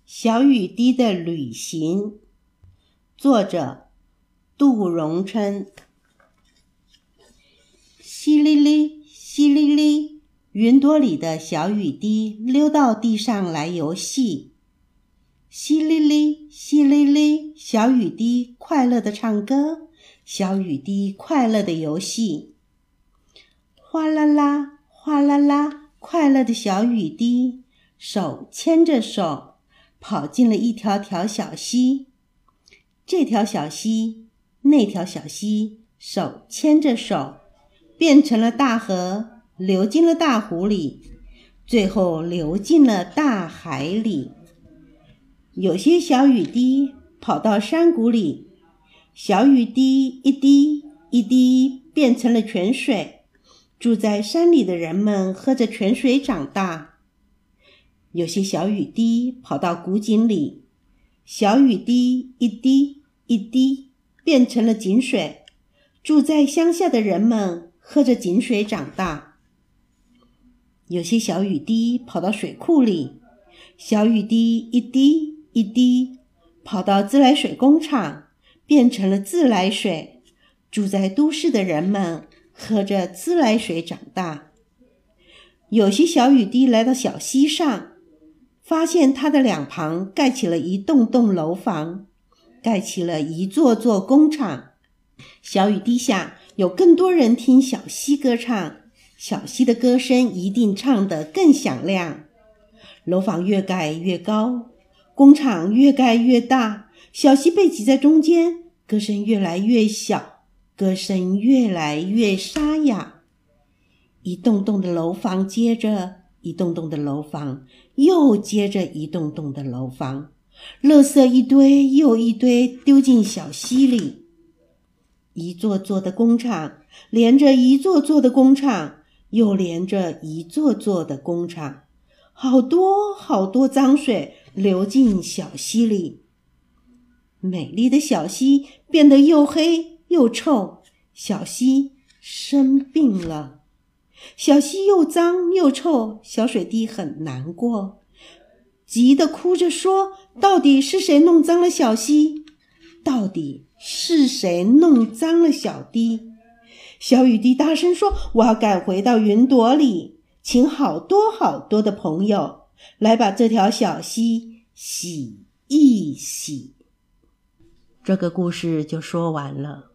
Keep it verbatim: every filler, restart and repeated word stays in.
小雨滴的旅行，作者杜荣琛。淅沥沥，淅沥沥，云朵里的小雨滴溜到地上来游戏。淅沥沥，淅沥沥，小雨滴快乐地唱歌，小雨滴快乐地游戏。哗啦啦，哗啦啦，快乐的小雨滴手牵着手跑进了一条条小溪，这条小溪，那条小溪，手牵着手，变成了大河，流进了大湖里，最后流进了大海里。有些小雨滴跑到山谷里，小雨滴一滴一滴变成了泉水，住在山里的人们喝着泉水长大。有些小雨滴跑到古井里，小雨滴一滴一滴变成了井水，住在乡下的人们喝着井水长大。有些小雨滴跑到水库里，小雨滴一滴一滴跑到自来水工厂，变成了自来水，住在都市的人们喝着自来水长大。有些小雨滴来到小溪上，发现它的两旁盖起了一栋栋楼房，盖起了一座座工厂。小雨滴下有更多人听小溪歌唱，小溪的歌声一定唱得更响亮。楼房越盖越高，工厂越盖越大，小溪被挤在中间，歌声越来越小，歌声越来越沙哑。一栋栋的楼房接着一栋栋的楼房，又接着一栋栋的楼房，垃圾一堆又一堆丢进小溪里。一座座的工厂连着一座座的工厂，又连着一座座的工厂，好多好多脏水流进小溪里。美丽的小溪变得又黑又臭，小溪生病了。小溪又脏又臭，小水滴很难过，急得哭着说，到底是谁弄脏了小溪？到底是谁弄脏了小滴？小雨滴大声说，我要赶回到云朵里，请好多好多的朋友来把这条小溪洗一洗。这个故事就说完了。